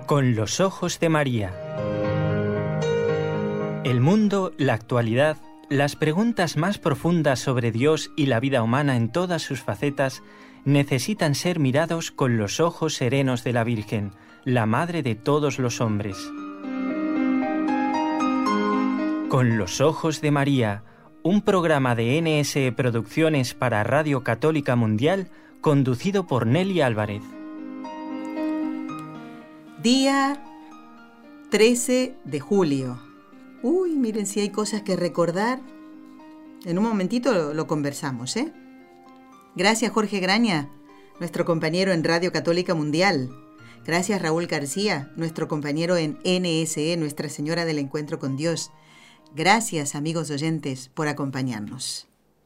Con los ojos de María. El mundo, la actualidad, las preguntas más profundas sobre Dios y la vida humana en todas sus facetas necesitan ser mirados con los ojos serenos de la Virgen, la Madre de todos los hombres. Con los ojos de María, un programa de NSE Producciones para Radio Católica Mundial, conducido por Nelly Álvarez. Día 13 de julio. Uy, miren si hay cosas que recordar. En un momentito lo conversamos, ¿eh? Gracias, Jorge Graña, nuestro compañero en Radio Católica Mundial. Gracias, Raúl García, nuestro compañero en NSE, Nuestra Señora del Encuentro con Dios. Gracias, amigos oyentes, por acompañarnos.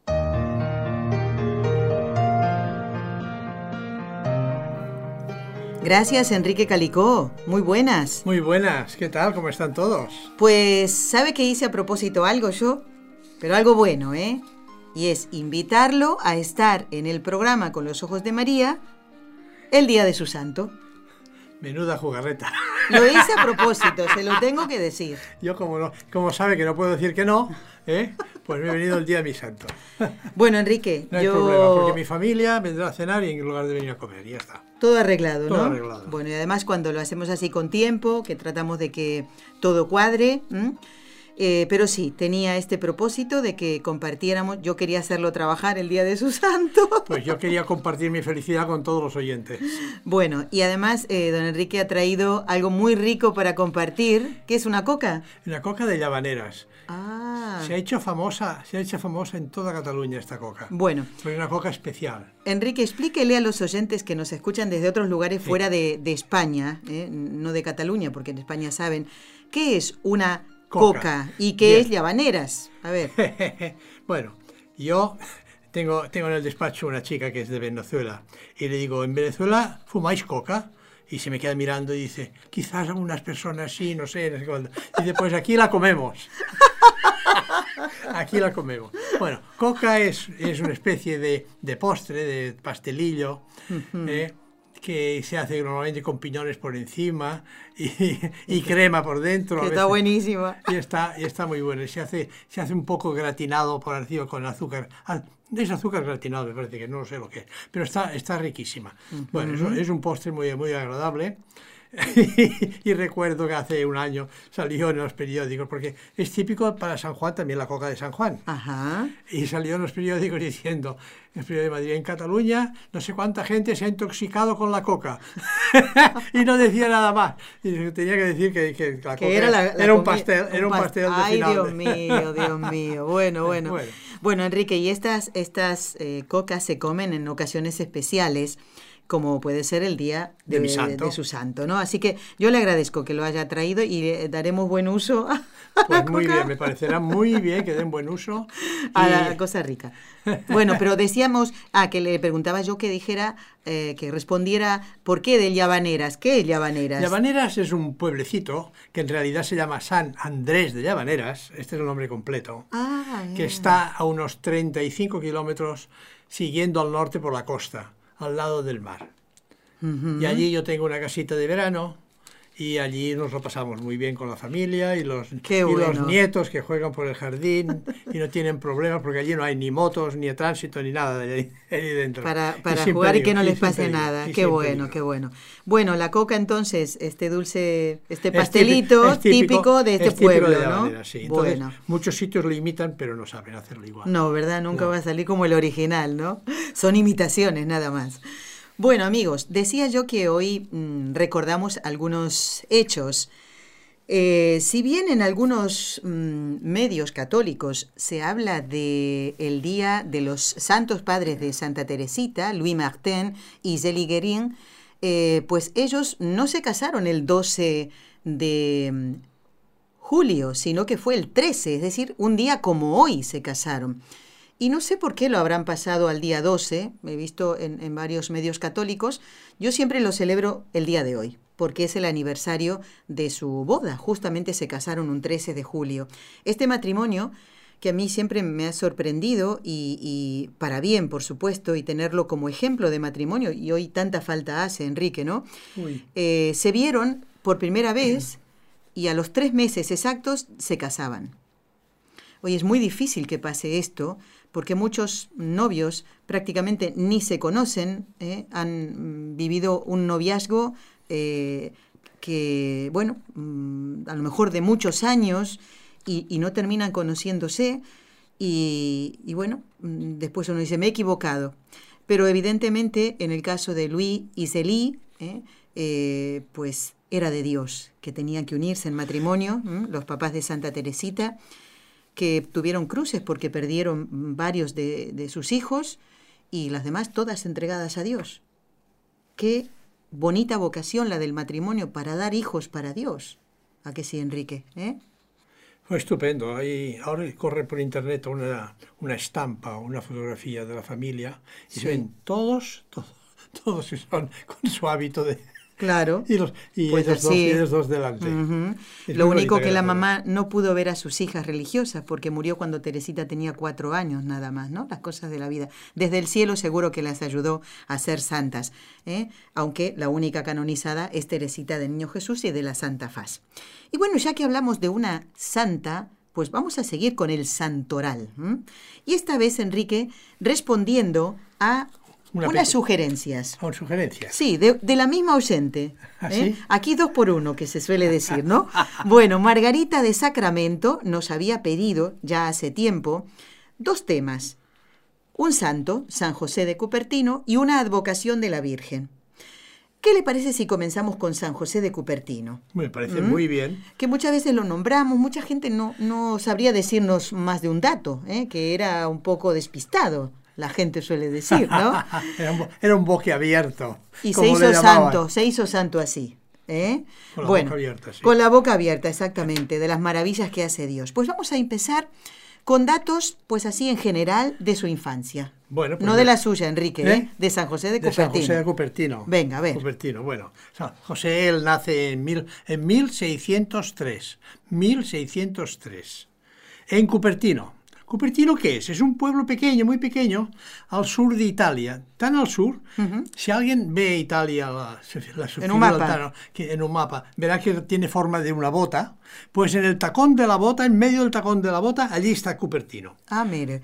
Gracias, Enrique Calicó. Muy buenas. Muy buenas. ¿Qué tal? ¿Cómo están todos? Pues, ¿sabe que hice a propósito algo yo? Pero algo bueno, ¿eh? Y es invitarlo a estar en el programa Con los Ojos de María el día de su santo. Menuda jugarreta. Lo hice a propósito, se lo tengo que decir. Yo como sabe que no puedo decir que no, pues me he venido el día de mi santo. Bueno, Enrique, no hay problema, porque mi familia vendrá a cenar y en lugar de venir a comer, y ya está. Todo arreglado, ¿no? Todo arreglado. Bueno, y además cuando lo hacemos así con tiempo, que tratamos de que todo cuadre, pero sí, tenía este propósito de que compartiéramos. Yo quería hacerlo trabajar el día de su santo. Pues yo quería compartir mi felicidad con todos los oyentes. Bueno, y además don Enrique ha traído algo muy rico para compartir, que es una coca. Una coca de Llavaneras. Ah. Se ha hecho famosa en toda Cataluña esta coca. Bueno. Es una coca especial. Enrique, explíquele a los oyentes que nos escuchan desde otros lugares fuera de España, no de Cataluña, porque en España saben, ¿qué es una coca y qué es Llavaneras? A ver. Bueno, yo tengo en el despacho una chica que es de Venezuela y le digo, ¿en Venezuela fumáis coca? Y se me queda mirando y dice, quizás algunas personas sí, no sé cuándo. Y dice, pues aquí la comemos. Aquí la comemos. Bueno, coca es una especie de postre, de pastelillo, que se hace normalmente con piñones por encima y crema por dentro. Que está buenísima. Y está muy bueno. Se hace un poco gratinado por encima con azúcar. Es azúcar gratinado, me parece, que no sé lo que es. Pero está riquísima. Bueno, es un postre muy, muy agradable. Y recuerdo que hace un año salió en los periódicos, porque es típico para San Juan también la coca de San Juan. Ajá. Y salió en los periódicos diciendo, en el periódico de Madrid, en Cataluña, no sé cuánta gente se ha intoxicado con la coca. Y no decía nada más. Y tenía que decir que la coca era un pastel. Era un pastel de Ay, final. Dios mío. Bueno, Enrique, y estas cocas se comen en ocasiones especiales, como puede ser el día de su santo, ¿no? Así que yo le agradezco que lo haya traído y le daremos buen uso a pues muy bien, me parecerá muy bien que den buen uso a la cosa rica. Bueno, pero decíamos, que le preguntaba yo que dijera, que respondiera, ¿por qué de Llavaneras? ¿Qué es Llavaneras? Llavaneras es un pueblecito que en realidad se llama San Andrés de Llavaneras, este es el nombre completo, que está a unos 35 kilómetros siguiendo al norte por la costa, al lado del mar. Y allí yo tengo una casita de verano y allí nos lo pasamos muy bien con la familia y los nietos que juegan por el jardín y no tienen problemas porque allí no hay ni motos, ni tránsito, ni nada de allí dentro. Para jugar y que no les pase nada. Qué bueno. Bueno, la coca entonces, este dulce, este pastelito es típico de este pueblo, de Llavaneras, ¿no? Sí. Entonces, muchos sitios lo imitan, pero no saben hacerlo igual. No, ¿verdad? Nunca va a salir como el original, ¿no? Son imitaciones nada más. Bueno, amigos, decía yo que hoy recordamos algunos hechos. Si bien en algunos medios católicos se habla del día de los santos padres de Santa Teresita, Louis Martin y Zélie Guérin, pues ellos no se casaron el 12 de julio, sino que fue el 13, es decir, un día como hoy se casaron. Y no sé por qué lo habrán pasado al día 12, he visto en varios medios católicos. Yo siempre lo celebro el día de hoy, porque es el aniversario de su boda. Justamente se casaron un 13 de julio. Este matrimonio, que a mí siempre me ha sorprendido, y para bien, por supuesto, y tenerlo como ejemplo de matrimonio, y hoy tanta falta hace, Enrique, ¿no? Se vieron por primera vez y a los 3 meses exactos se casaban. Hoy es muy difícil que pase esto porque muchos novios prácticamente ni se conocen, han vivido un noviazgo que, bueno, a lo mejor de muchos años y no terminan conociéndose y bueno, después uno dice, me he equivocado. Pero evidentemente en el caso de Luis y Célie, pues era de Dios, que tenían que unirse en matrimonio, los papás de Santa Teresita, que tuvieron cruces porque perdieron varios de sus hijos y las demás todas entregadas a Dios. Qué bonita vocación la del matrimonio para dar hijos para Dios. ¿A que sí, Enrique? Fue estupendo. Ahora corre por internet una estampa, una fotografía de la familia y se ven todos que son con su hábito de... Claro. Y pues ellos dos delante. Uh-huh. Lo único que la mamá no pudo ver a sus hijas religiosas porque murió cuando Teresita tenía 4 años nada más, ¿no? Las cosas de la vida. Desde el cielo seguro que las ayudó a ser santas, aunque la única canonizada es Teresita del Niño Jesús y de la Santa Faz. Y bueno, ya que hablamos de una santa, pues vamos a seguir con el santoral. Y esta vez, Enrique, respondiendo a unas sugerencias. ¿Con sugerencias? Sí, de la misma oyente. ¿Ah, sí? Aquí 2 por 1, que se suele decir, ¿no? Bueno, Margarita de Sacramento nos había pedido, ya hace tiempo, 2 temas. Un santo, San José de Cupertino, y una advocación de la Virgen. ¿Qué le parece si comenzamos con San José de Cupertino? Me parece muy bien. Que muchas veces lo nombramos, mucha gente no sabría decirnos más de un dato, que era un poco despistado. La gente suele decir, ¿no? Era un boquiabierto. Y se hizo santo así. Con la boca abierta, sí. Con la boca abierta, exactamente, de las maravillas que hace Dios. Pues vamos a empezar con datos, pues así en general, de su infancia. Bueno, pues no de la suya, Enrique, de San José de Cupertino. De San José de Cupertino. Venga, a ver. Cupertino, bueno. San José, él nace en 1603. 1603. En Cupertino. ¿Cupertino qué es? Es un pueblo pequeño, muy pequeño, al sur de Italia. Tan al sur, si alguien ve Italia en un mapa. En un mapa, verá que tiene forma de una bota. Pues en el tacón de la bota, en medio del tacón de la bota, allí está Cupertino. Ah, mire.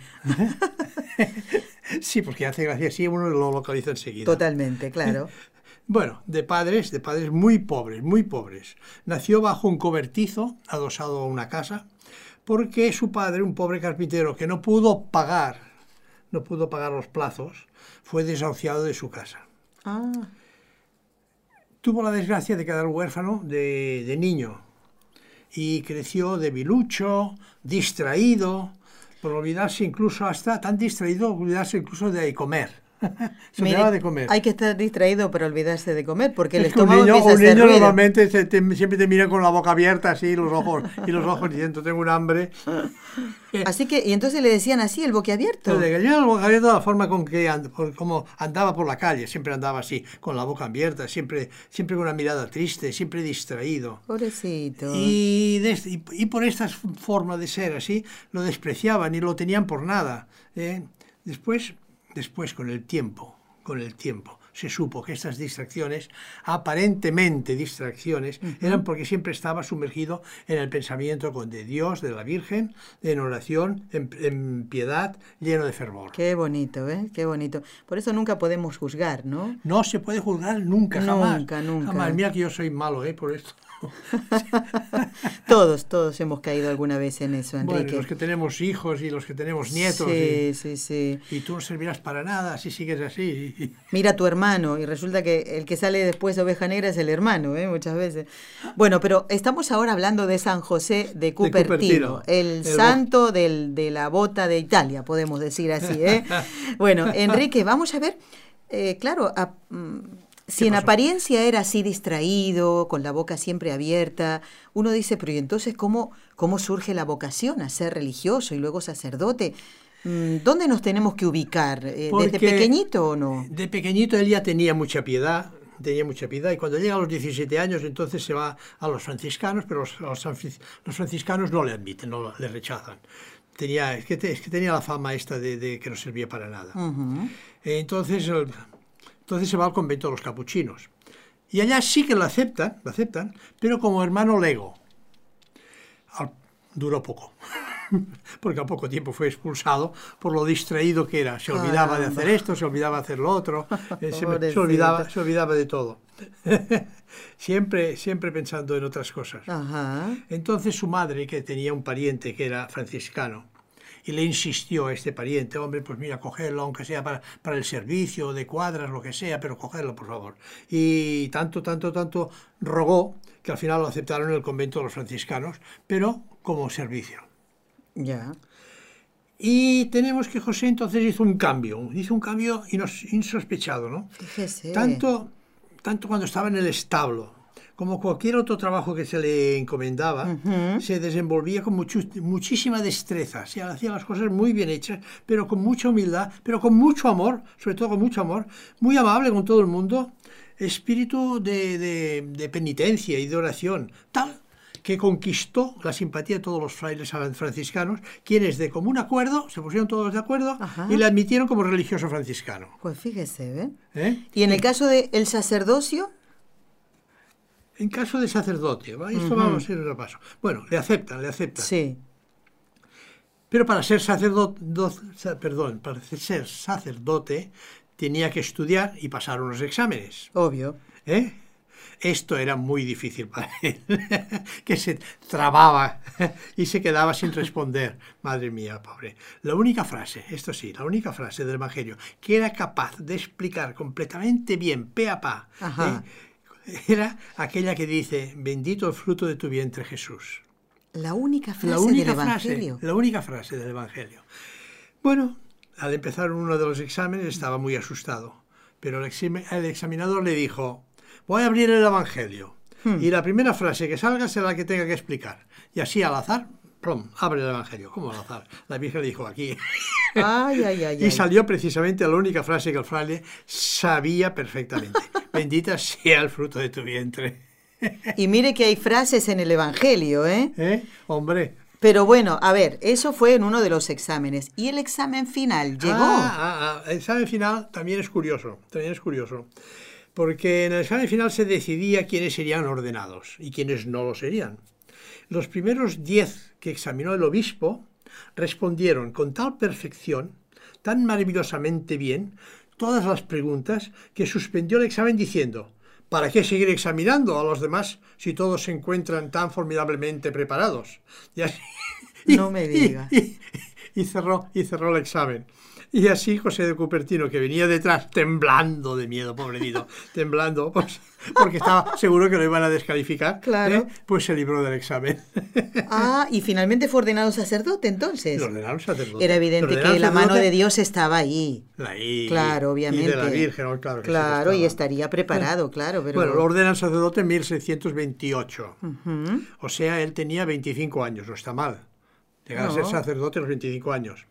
Sí, porque hace gracia, sí, uno lo localiza enseguida. Totalmente, claro. Bueno, de padres muy pobres, muy pobres. Nació bajo un cobertizo, adosado a una casa, porque su padre, un pobre carpintero que no pudo pagar los plazos, fue desahuciado de su casa. Ah. Tuvo la desgracia de quedar huérfano de niño y creció debilucho, distraído, por olvidarse incluso de comer. Se olvidaba de comer. Hay que estar distraído para olvidarse de comer, porque el es estómago empieza a hacer un niño ruido. Normalmente siempre te mira con la boca abierta así, los ojos diciendo tengo un hambre. Así que, y entonces le decían así, el boquiabierto. El boquiabierto de la forma como andaba por la calle, siempre andaba así, con la boca abierta, siempre con una mirada triste, siempre distraído. Pobrecito. Y por esta forma de ser así, lo despreciaban y lo tenían por nada. Después, con el tiempo, se supo que estas distracciones, aparentemente distracciones, eran porque siempre estaba sumergido en el pensamiento de Dios, de la Virgen, en oración, en piedad, lleno de fervor. Qué bonito, Qué bonito. Por eso nunca podemos juzgar, ¿no? No se puede juzgar nunca, jamás. Nunca. Jamás. Mira que yo soy malo, por esto. Todos hemos caído alguna vez en eso, Enrique. Bueno, los que tenemos hijos y los que tenemos nietos. Sí. Y tú no servirás para nada si sigues así. Mira a tu hermano, y resulta que el que sale después de oveja negra es el hermano, muchas veces. Bueno, pero estamos ahora hablando de San José de Cupertino, el santo de la bota de Italia, podemos decir así. Bueno, Enrique, vamos a ver, claro, si en apariencia era así distraído, con la boca siempre abierta, uno dice, pero ¿y entonces cómo surge la vocación a ser religioso y luego sacerdote? ¿Dónde nos tenemos que ubicar? ¿Desde pequeñito o no? De pequeñito él ya tenía mucha piedad, y cuando llega a los 17 años entonces se va a los franciscanos, pero los franciscanos no le admiten, le rechazan. Es que tenía la fama esta de que no servía para nada. Uh-huh. Entonces se va al convento de los capuchinos. Y allá sí que lo aceptan, pero como hermano lego. Duró poco, porque a poco tiempo fue expulsado por lo distraído que era. Se olvidaba de hacer esto, se olvidaba de hacer lo otro, se olvidaba de todo. Siempre pensando en otras cosas. Ajá. Entonces su madre, que tenía un pariente que era franciscano, y le insistió a este pariente, hombre, pues mira, cogerlo, aunque sea para el servicio de cuadras, lo que sea, pero cogerlo, por favor. Y tanto rogó que al final lo aceptaron en el convento de los franciscanos, pero como servicio. Ya. Y tenemos que José entonces hizo un cambio insospechado, ¿no? Fíjese. Tanto cuando estaba en el establo, como cualquier otro trabajo que se le encomendaba, se desenvolvía con muchísima destreza. Se hacía las cosas muy bien hechas, pero con mucha humildad, pero con mucho amor, sobre todo con mucho amor, muy amable con todo el mundo, espíritu de penitencia y de oración, tal que conquistó la simpatía de todos los frailes franciscanos, quienes de común acuerdo se pusieron todos de acuerdo. Ajá. Y le admitieron como religioso franciscano. Pues fíjese, ¿eh? ¿Y en el caso del sacerdocio? En caso de sacerdote, esto vamos a hacer un repaso. Bueno, le aceptan. Sí. Pero para ser sacerdote tenía que estudiar y pasar unos exámenes. Obvio. Esto era muy difícil para él, que se trababa y se quedaba sin responder. Madre mía, pobre. La única frase del Evangelio que era capaz de explicar completamente bien, pe a pa, era aquella que dice, bendito el fruto de tu vientre, Jesús. La única frase del Evangelio. La única frase del Evangelio. Bueno, al empezar uno de los exámenes estaba muy asustado, pero el examinador le dijo, voy a abrir el Evangelio y la primera frase que salga será la que tenga que explicar. Y así al azar, plom, abre el Evangelio. ¿Cómo al azar? La Virgen le dijo aquí. Y salió precisamente la única frase que el fraile sabía perfectamente. Bendita sea el fruto de tu vientre. Y mire que hay frases en el Evangelio, ¿eh? Hombre. Pero bueno, a ver, eso fue en uno de los exámenes. ¿Y el examen final llegó? El examen final también es curioso. Porque en el examen final se decidía quiénes serían ordenados y quiénes no lo serían. Los primeros 10 que examinó el obispo respondieron con tal perfección, tan maravillosamente bien, todas las preguntas, que suspendió el examen diciendo, ¿para qué seguir examinando a los demás si todos se encuentran tan formidablemente preparados? No me diga. Y cerró el examen. Y así José de Cupertino, que venía detrás temblando de miedo, pobrecito, temblando, pues, porque estaba seguro que lo iban a descalificar, claro. Pues se libró del examen. Y finalmente fue ordenado sacerdote, entonces. Lo ordenaron sacerdote. Era evidente que la mano de Dios estaba ahí. Claro, obviamente. Y de la Virgen, claro. Claro, y estaría preparado, claro. Pero... Bueno, lo ordenan sacerdote en 1628. O sea, él tenía 25 años, no está mal. Llegar a ser sacerdote a los 25 años.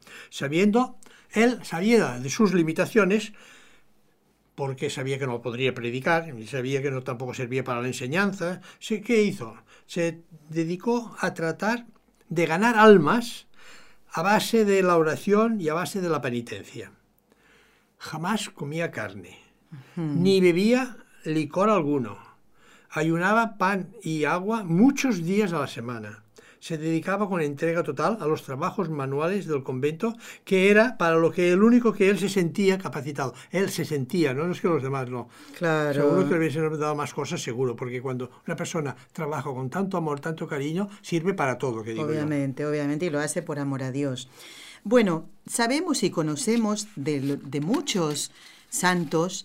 Él sabía de sus limitaciones, porque sabía que no podría predicar, y sabía que tampoco servía para la enseñanza. ¿Qué hizo? Se dedicó a tratar de ganar almas a base de la oración y a base de la penitencia. Jamás comía carne, ni bebía licor alguno. Ayunaba pan y agua muchos días a la semana. Se dedicaba con entrega total a los trabajos manuales del convento, que era para lo que el único que él se sentía capacitado. Él se sentía, no es que los demás no. Claro. Seguro que le hubiesen dado más cosas, seguro, porque cuando una persona trabaja con tanto amor, tanto cariño, sirve para todo, que digo obviamente, y lo hace por amor a Dios. Bueno, sabemos y conocemos de muchos santos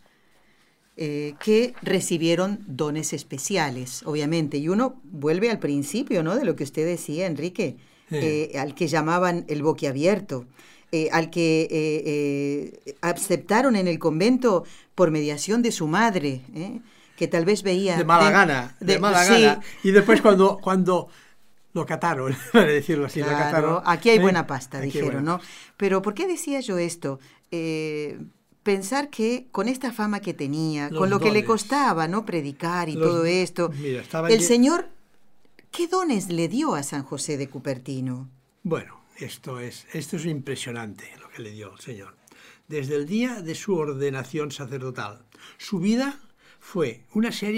que recibieron dones especiales, obviamente. Y uno vuelve al principio, ¿no?, de lo que usted decía, Enrique, al que llamaban el boquiabierto, al que aceptaron en el convento por mediación de su madre, que tal vez veía... De mala gana. Y después cuando lo cataron, para decirlo así, claro, lo cataron. Aquí hay buena pasta, dijeron, ¿no? Pero ¿por qué decía yo esto? Pensar que con esta fama que tenía, con lo que le costaba, ¿no?, predicar y todo esto, el Señor, ¿qué dones le dio a San José de Cupertino? Bueno, esto es impresionante lo que le dio el Señor. Desde el día de su ordenación sacerdotal, su vida fue una serie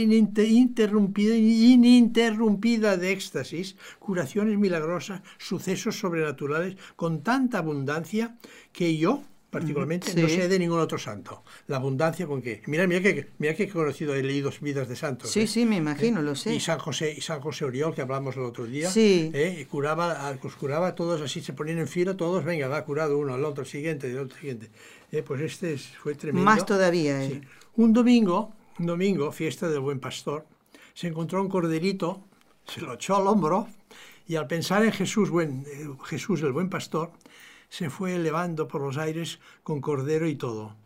ininterrumpida de éxtasis, curaciones milagrosas, sucesos sobrenaturales, con tanta abundancia que yo, particularmente, no sé de ningún otro santo. La abundancia con que... Mira que he conocido, he leído vidas de santos. Sí, sí, me imagino, lo sé. Y San José Oriol, que hablamos el otro día, sí. Curaba a todos así, se ponían en fila todos, venga, va curado uno, al otro siguiente, el otro siguiente. Pues fue tremendo. Más todavía. Sí. Un domingo, fiesta del Buen Pastor, se encontró un corderito, se lo echó al hombro, y al pensar en Jesús el Buen Pastor, se fue elevando por los aires con cordero y todo.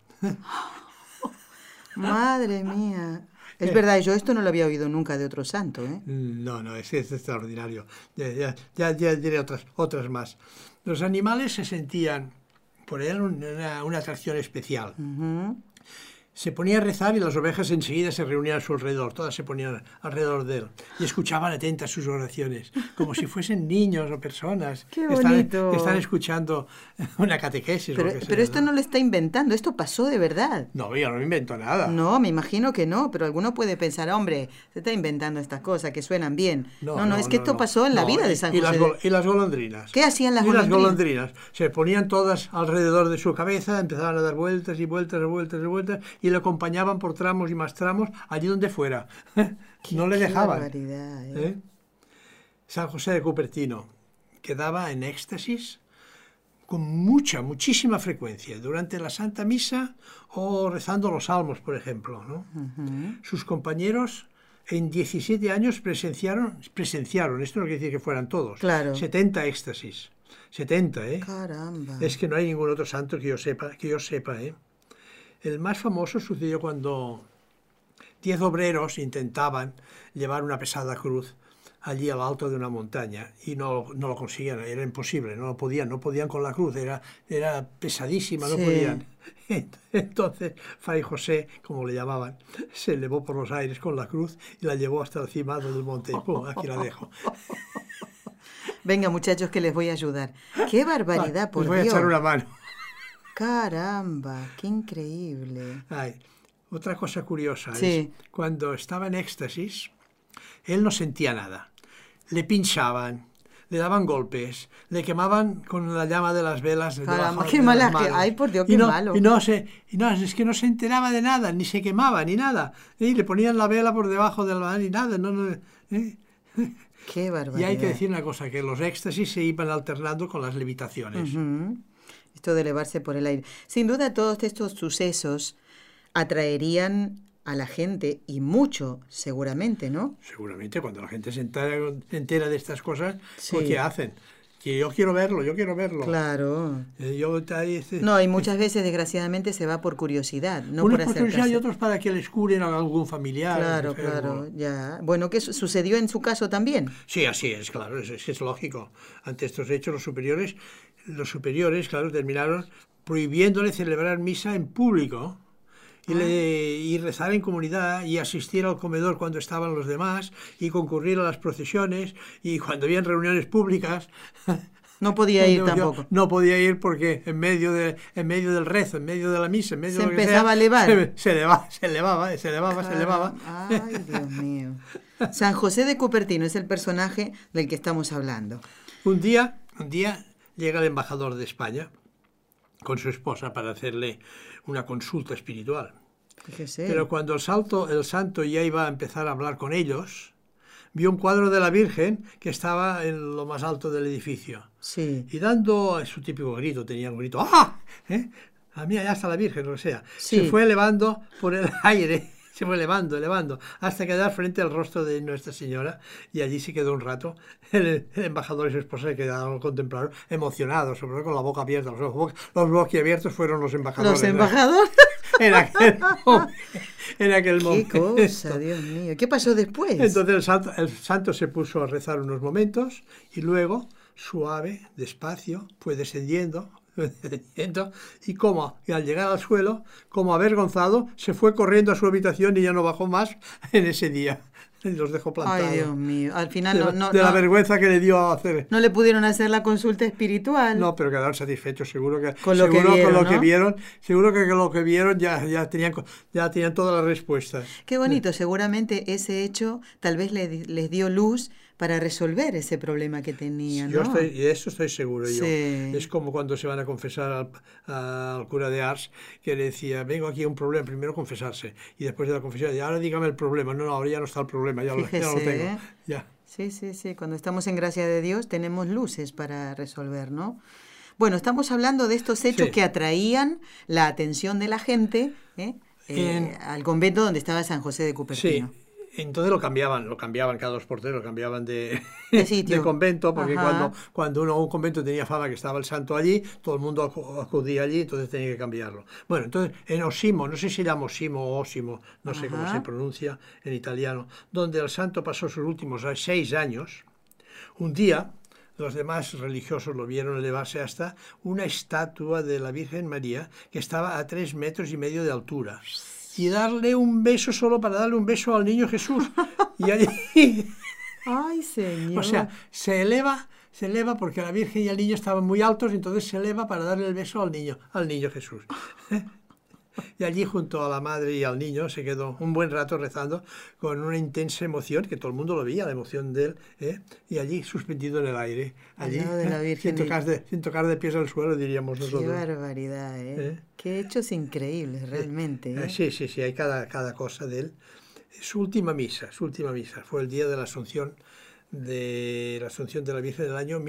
Madre mía. Es verdad, yo esto no lo había oído nunca de otro santo, ¿eh? No, es extraordinario. Ya diré otras más. Los animales se sentían por él una atracción especial. Se ponía a rezar y las ovejas enseguida se reunían a su alrededor, todas se ponían alrededor de él y escuchaban atentas sus oraciones, como si fuesen niños o personas ¡Qué bonito! que están escuchando una catequesis. Pero esto no lo está inventando, esto pasó de verdad. No, yo no me invento nada. No, me imagino que no, pero alguno puede pensar, hombre, se está inventando estas cosas que suenan bien. No, es que esto pasó en la vida de San José. Y las golondrinas. ¿Qué hacían las golondrinas? Las golondrinas se ponían todas alrededor de su cabeza, empezaban a dar vueltas y vueltas y vueltas y vueltas, y le acompañaban por tramos y más tramos allí donde fuera. No le dejaban. Barbaridad, San José de Cupertino quedaba en éxtasis con muchísima frecuencia durante la Santa Misa o rezando los salmos, por ejemplo, ¿no? Sus compañeros en 17 años presenciaron, esto no quiere decir que fueran todos, claro. 70 éxtasis. 70, ¿eh? Caramba. Es que no hay ningún otro santo que yo sepa, ¿eh? El más famoso sucedió cuando 10 obreros intentaban llevar una pesada cruz allí al alto de una montaña y no lo conseguían, era imposible, no podían con la cruz, era pesadísima, no podían. Entonces Fray José, como le llamaban, se elevó por los aires con la cruz y la llevó hasta el cimado del monte. ¡Pum! Aquí la dejo. Venga, muchachos, que les voy a ayudar. ¡Qué barbaridad, por Dios! Les voy a echar una mano. Caramba, qué increíble. Otra cosa curiosa es, cuando estaba en éxtasis, él no sentía nada. Le pinchaban, le daban golpes, le quemaban con la llama de las velas. Caramba, qué mala. Ay, por Dios, qué malo. Es que no se enteraba de nada, ni se quemaba, ni nada. Y le ponían la vela por debajo del mar y nada. Qué barbaridad. Y hay que decir una cosa, que los éxtasis se iban alternando con las levitaciones. Esto de elevarse por el aire. Sin duda todos estos sucesos atraerían a la gente, y mucho, seguramente, ¿no? Seguramente, cuando la gente se entera de estas cosas, pues ¿qué hacen? Que yo quiero verlo. Claro. No, y muchas veces, desgraciadamente, se va por curiosidad, no por acercarse. Curiosidad y otros para que les curen a algún familiar. Claro, ya. Bueno, ¿qué sucedió en su caso también? Sí, así es, claro, es lógico. Ante estos hechos, los superiores, claro, terminaron prohibiéndole celebrar misa en público y rezar en comunidad y asistir al comedor cuando estaban los demás y concurrir a las procesiones, y cuando habían reuniones públicas no podía ir tampoco. No podía ir porque en medio del rezo, en medio de la misa, en medio se de lo que empezaba a elevar. Se elevaba. Ay, Dios mío. San José de Cupertino es el personaje del que estamos hablando. Un día llega el embajador de España con su esposa para hacerle una consulta espiritual. Fíjese. Pero cuando el santo ya iba a empezar a hablar con ellos, vio un cuadro de la Virgen que estaba en lo más alto del edificio. Sí. Y dando su típico grito, tenía un grito, ¡ah! A mí allá está la Virgen, o sea, se fue elevando por el aire. Se fue elevando, hasta quedar frente al rostro de Nuestra Señora, y allí se quedó un rato. El embajador y su esposa se quedaron a contemplar, emocionados, sobre todo con la boca abierta. Los boquiabiertos fueron los embajadores. ¿Los embajadores? En aquel momento. ¡Qué cosa, Dios mío! ¿Qué pasó después? Entonces el santo se puso a rezar unos momentos, y luego, suave, despacio, fue descendiendo, y al llegar al suelo, como avergonzado, se fue corriendo a su habitación y ya no bajó más en ese día. y los dejó plantados. Ay, Dios mío. Al final de la vergüenza que le dio a hacer. No le pudieron hacer la consulta espiritual. No, pero quedaron satisfechos, seguro que con lo que vieron, seguro que con lo que vieron ya tenían todas las respuestas. Qué bonito, seguramente ese hecho tal vez les dio luz para resolver ese problema que tenían, ¿no? De eso estoy seguro yo. Sí. Es como cuando se van a confesar al cura de Ars, que le decía, vengo aquí a un problema, primero confesarse, y después de la confesión, y ahora dígame el problema. No, ahora ya no está el problema, ya lo tengo. Ya. Sí, cuando estamos en gracia de Dios tenemos luces para resolver, ¿no? Bueno, estamos hablando de estos hechos que atraían la atención de la gente al convento donde estaba San José de Cupertino. Sí. Entonces lo cambiaban cada 2 por 3, lo cambiaban de convento, porque cuando un convento tenía fama que estaba el santo allí, todo el mundo acudía allí, entonces tenía que cambiarlo. Bueno, entonces en Osimo, no sé si llama Osimo o Osimo, no sé cómo se pronuncia en italiano, donde el santo pasó sus últimos 6 años, un día los demás religiosos lo vieron elevarse hasta una estatua de la Virgen María que estaba a 3,5 metros de altura. Y darle un beso solo para darle un beso al niño Jesús. Y allí... ¡Ay, Señor! O sea, se eleva porque la Virgen y el niño estaban muy altos, entonces se eleva para darle el beso al niño Jesús. Y allí junto a la madre y al niño se quedó un buen rato rezando con una intensa emoción, que todo el mundo lo veía, la emoción de él, y allí suspendido en el aire, allí, de la Virgen sin tocar de pies al suelo, diríamos nosotros. Qué barbaridad, Qué hechos increíbles, realmente. Sí, hay cada cosa de él. Su última misa fue el día de la Asunción de la Virgen del año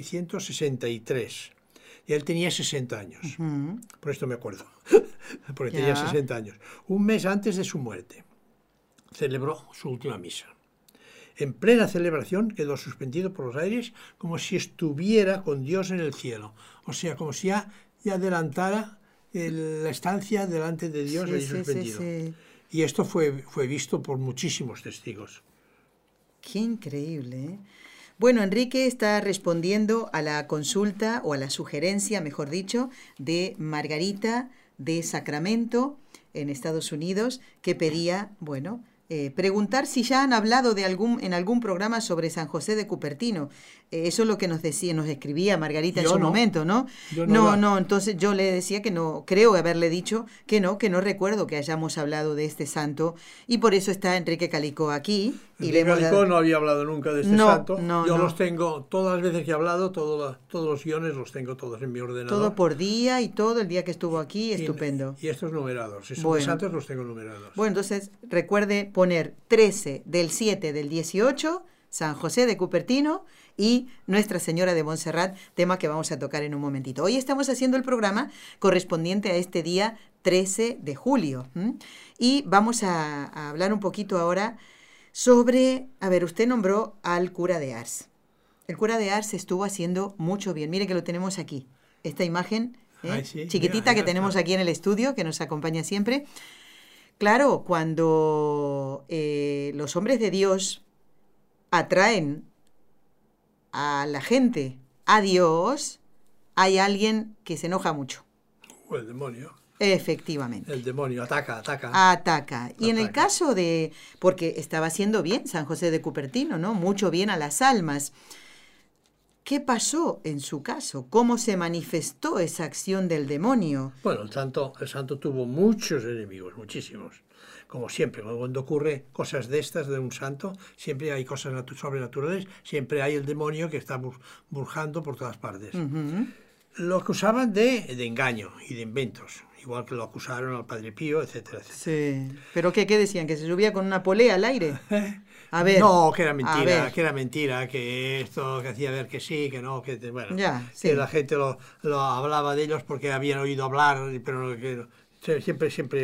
1663. Y él tenía 60 años, por esto me acuerdo, porque tenía 60 años. Un mes antes de su muerte, celebró su última misa. En plena celebración quedó suspendido por los aires como si estuviera con Dios en el cielo. O sea, como si ya adelantara la estancia delante de Dios allí suspendido. Sí. Y esto fue visto por muchísimos testigos. Qué increíble, ¿eh? Bueno, Enrique está respondiendo a la consulta, o a la sugerencia, mejor dicho, de Margarita de Sacramento, en Estados Unidos, que pedía, preguntar si ya han hablado en algún programa sobre San José de Cupertino. Eso es lo que nos escribía Margarita en su momento, ¿no? No, entonces yo le decía que no, creo haberle dicho que no recuerdo que hayamos hablado de este santo, y por eso está Enrique Calicó aquí. Enrique Calicó no había hablado nunca de este santo. Yo los tengo, todas las veces que he hablado, todos los guiones los tengo todos en mi ordenador. Todo por día y todo el día que estuvo aquí, estupendo. Y estos numerados, si son santos los tengo numerados. Bueno, entonces recuerde poner 13 del 7 del 18, San José de Cupertino, y Nuestra Señora de Montserrat, tema que vamos a tocar en un momentito. Hoy estamos haciendo el programa correspondiente a este día 13 de julio. Y vamos a hablar un poquito ahora sobre, usted nombró al cura de Ars. El cura de Ars estuvo haciendo mucho bien. Mire que lo tenemos aquí. Esta imagen chiquitita que tenemos aquí en el estudio, que nos acompaña siempre. Claro, cuando los hombres de Dios atraen a la gente a Dios, hay alguien que se enoja mucho. El demonio. Efectivamente. El demonio ataca. Y en el caso porque estaba haciendo bien San José de Cupertino, ¿no? Mucho bien a las almas. ¿Qué pasó en su caso? ¿Cómo se manifestó esa acción del demonio? Bueno, el santo tuvo muchos enemigos, muchísimos. Como siempre, cuando ocurre cosas de estas de un santo, siempre hay cosas sobrenaturales, siempre hay el demonio que está burlando por todas partes. Lo acusaban de engaño y de inventos, igual que lo acusaron al Padre Pío, etcétera, etcétera. Sí, pero ¿qué decían? ¿Que se subía con una polea al aire? A ver. No, que era mentira, que esto, que hacía ver que sí, que no, que bueno, que la gente lo hablaba de ellos porque habían oído hablar, pero siempre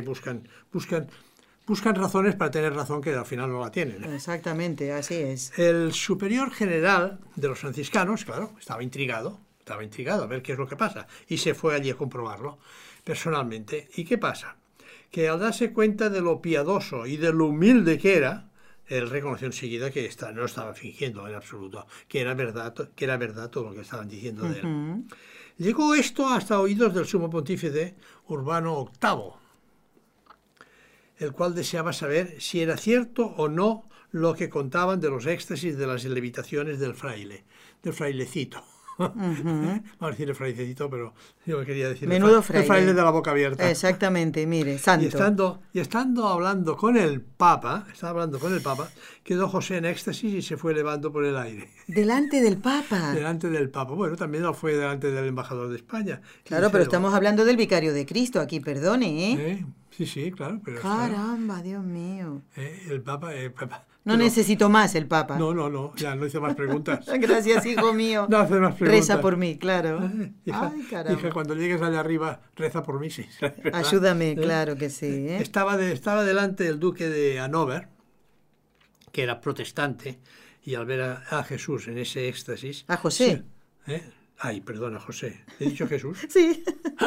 buscan razones para tener razón que al final no la tienen. Exactamente, así es. El superior general de los franciscanos, claro, estaba intrigado a ver qué es lo que pasa, y se fue allí a comprobarlo personalmente. ¿Y qué pasa? Que al darse cuenta de lo piadoso y de lo humilde que era, él reconoció enseguida que no estaba fingiendo en absoluto, que era verdad todo lo que estaban diciendo de él. Llegó esto hasta oídos del sumo pontífice Urbano VIII. el cual deseaba saber si era cierto o no lo que contaban de los éxtasis de las levitaciones del frailecito. Vamos a decir el frailecito, pero yo quería decir Menudo fraile. El fraile de la boca abierta. Exactamente, mire, santo. Y estando hablando con el Papa, quedó José en éxtasis y se fue elevando por el aire. Delante del Papa. Delante del Papa. Bueno, también lo fue delante del embajador de España. Claro, pero estamos hablando del vicario de Cristo aquí, perdone, ¿eh? Sí, claro. Pero caramba, Dios mío. El Papa... No necesito más el Papa. No, ya no hice más preguntas. Gracias, hijo mío. No hace más preguntas. Reza por mí, claro. Hija, cuando llegues allá arriba, reza por mí, sí. Ayúdame, claro que sí. ¿eh? Estaba delante del duque de Hannover, que era protestante, y al ver a Jesús en ese éxtasis... ¿A José? Sí, Ay, perdona, José. ¿He dicho Jesús? Sí.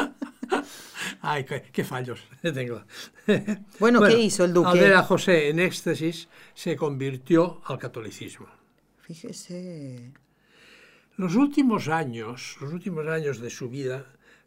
Ay, qué fallos tengo. Bueno, ¿qué hizo el duque? Al ver a José en éxtasis, se convirtió al catolicismo. Fíjese. Los últimos años de su vida,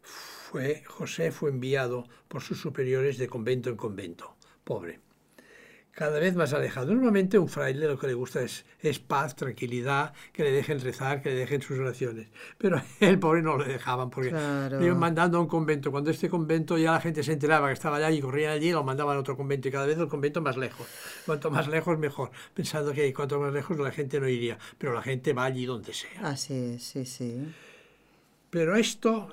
José fue enviado por sus superiores de convento en convento. Pobre. Cada vez más alejado. Normalmente un fraile lo que le gusta es paz, tranquilidad, que le dejen rezar, que le dejen sus oraciones. Pero el pobre no le dejaban porque le iban mandando a un convento. Cuando este convento ya la gente se enteraba que estaba allá y corrían allí, lo mandaban a otro convento y cada vez el convento más lejos. Cuanto más lejos mejor, pensando que cuanto más lejos la gente no iría, pero la gente va allí donde sea. Así es, sí. Pero esto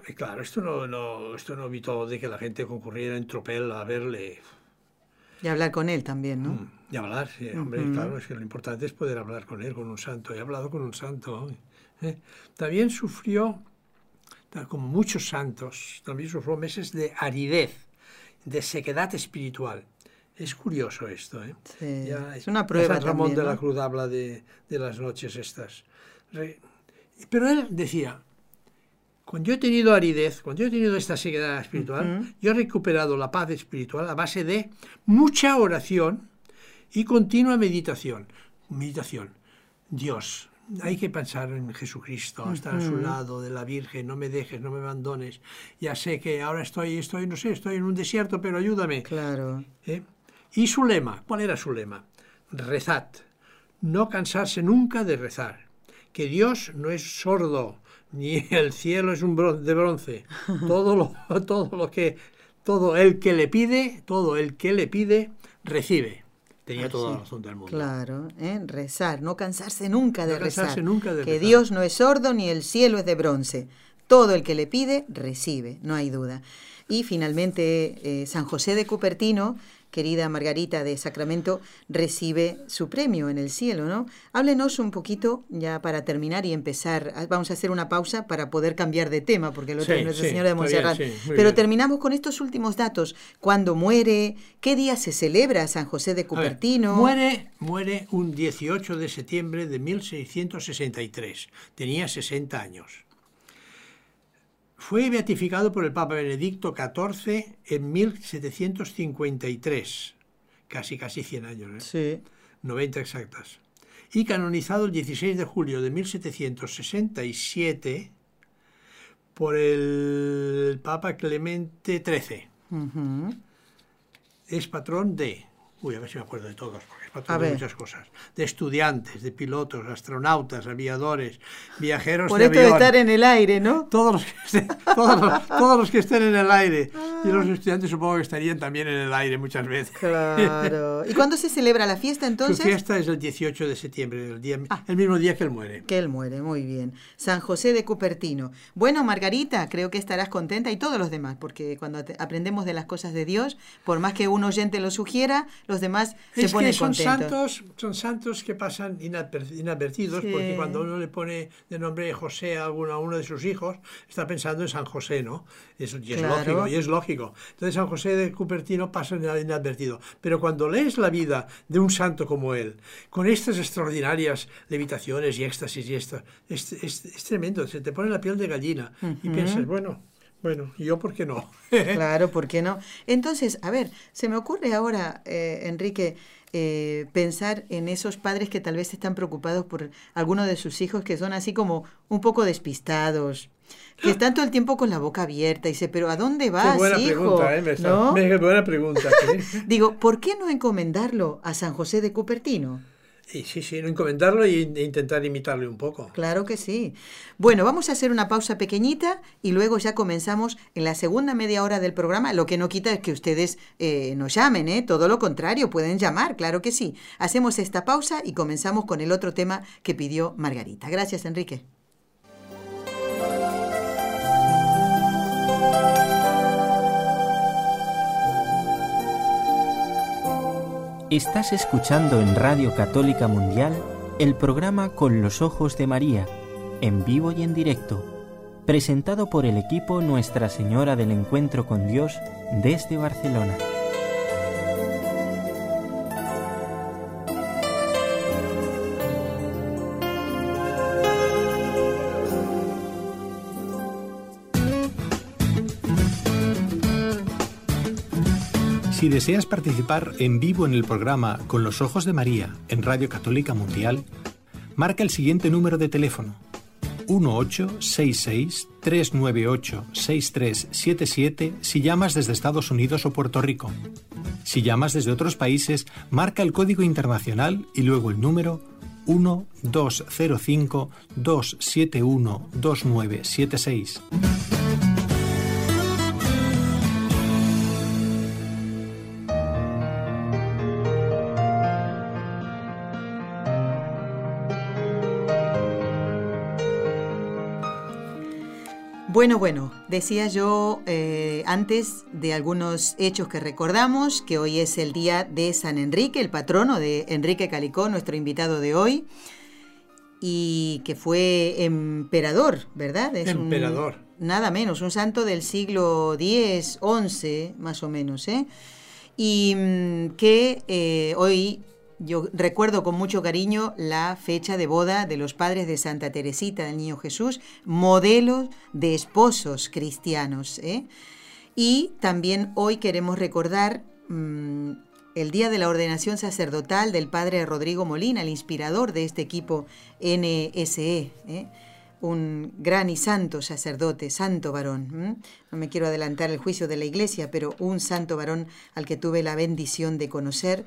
no evitó de que la gente concurriera en tropel a verle. Y hablar con él también, ¿no? Y hablar, sí, hombre, claro, es que lo importante es poder hablar con él, con un santo. He hablado con un santo hoy. También sufrió, como muchos santos, también sufrió meses de aridez, de sequedad espiritual. Es curioso esto, ¿eh? Sí, es una prueba San Ramón también, de la ¿no? Cruz habla de las noches estas. Pero él decía... Cuando yo he tenido aridez, cuando yo he tenido esta sequedad espiritual, yo he recuperado la paz espiritual a base de mucha oración y continua meditación. Dios, hay que pensar en Jesucristo, estar a su lado, de la Virgen, no me dejes, no me abandones. Ya sé que ahora estoy en un desierto, pero ayúdame. Claro. Y su lema, ¿cuál era su lema? Rezad, no cansarse nunca de rezar, que Dios no es sordo, ni el cielo es de bronce. Todo el que le pide, recibe. Tenía toda la razón del mundo. Claro, rezar, no cansarse nunca de rezar. Que rezar. Dios no es sordo ni el cielo es de bronce. Todo el que le pide, recibe, no hay duda. Y finalmente, San José de Cupertino, querida Margarita de Sacramento, recibe su premio en el cielo, ¿no? Háblenos un poquito, ya para terminar y empezar, vamos a hacer una pausa para poder cambiar de tema, porque el otro es Nuestra Señora de Montserrat. Pero bien. Terminamos con estos últimos datos. ¿Cuándo muere? ¿Qué día se celebra San José de Cupertino? Muere un 18 de septiembre de 1663. Tenía 60 años. Fue beatificado por el Papa Benedicto XIV en 1753, casi 100 años, Sí. 90 exactas. Y canonizado el 16 de julio de 1767 por el Papa Clemente XIII. Es patrón de... a ver si me acuerdo de todos, porque es patrón de muchas cosas. De estudiantes, de pilotos, astronautas, aviadores, viajeros por de esto avión. De estar en el aire, ¿no? Todos los que estén en el aire. Y los estudiantes supongo que estarían también en el aire muchas veces. Claro. ¿Y cuándo se celebra la fiesta entonces? Su fiesta es el 18 de septiembre, el mismo día que él muere. Que él muere, muy bien. San José de Cupertino. Bueno, Margarita, creo que estarás contenta y todos los demás, porque cuando aprendemos de las cosas de Dios, por más que un oyente lo sugiera, los demás se ponen contentos. Son santos que pasan inadvertidos, sí. Porque cuando uno le pone de nombre José a uno de sus hijos, está pensando en San José, ¿no? Y es lógico. Entonces San José de Cupertino pasa inadvertido. Pero cuando lees la vida de un santo como él, con estas extraordinarias levitaciones y éxtasis y esto, es tremendo, se te pone la piel de gallina y piensas, bueno, Bueno, ¿yo por qué no? Claro, ¿por qué no? Entonces, a ver, se me ocurre ahora, Enrique, pensar en esos padres que tal vez están preocupados por algunos de sus hijos que son así como un poco despistados, que están todo el tiempo con la boca abierta y dice, pero ¿a dónde vas, Qué buena hijo? pregunta, ¿No? Qué buena pregunta. ¿Sí? Digo, ¿por qué no encomendarlo a San José de Cupertino? Y sí, no encomendarlo e intentar imitarle un poco. Claro que sí. Bueno, vamos a hacer una pausa pequeñita y luego ya comenzamos en la segunda media hora del programa. Lo que no quita es que ustedes nos llamen, ¿eh? Todo lo contrario, pueden llamar, claro que sí. Hacemos esta pausa y comenzamos con el otro tema que pidió Margarita. Gracias, Enrique. Estás escuchando en Radio Católica Mundial el programa Con los Ojos de María, en vivo y en directo, presentado por el equipo Nuestra Señora del Encuentro con Dios desde Barcelona. Si deseas participar en vivo en el programa Con los Ojos de María en Radio Católica Mundial, marca el siguiente número de teléfono: 1866-398-6377 si llamas desde Estados Unidos o Puerto Rico. Si llamas desde otros países, marca el código internacional y luego el número 1205-271-2976. Bueno, decía yo antes de algunos hechos que recordamos, que hoy es el día de San Enrique, el patrono de Enrique Calicó, nuestro invitado de hoy, y que fue emperador, ¿verdad? Es emperador. Nada menos, un santo del siglo X, XI, más o menos, ¿eh? Y que hoy yo recuerdo con mucho cariño la fecha de boda de los padres de Santa Teresita del Niño Jesús, modelos de esposos cristianos, ¿eh? Y también hoy queremos recordar el día de la ordenación sacerdotal del padre Rodrigo Molina, el inspirador de este equipo NSE, ¿eh? Un gran y santo sacerdote, santo varón. No me quiero adelantar el juicio de la Iglesia, pero un santo varón al que tuve la bendición de conocer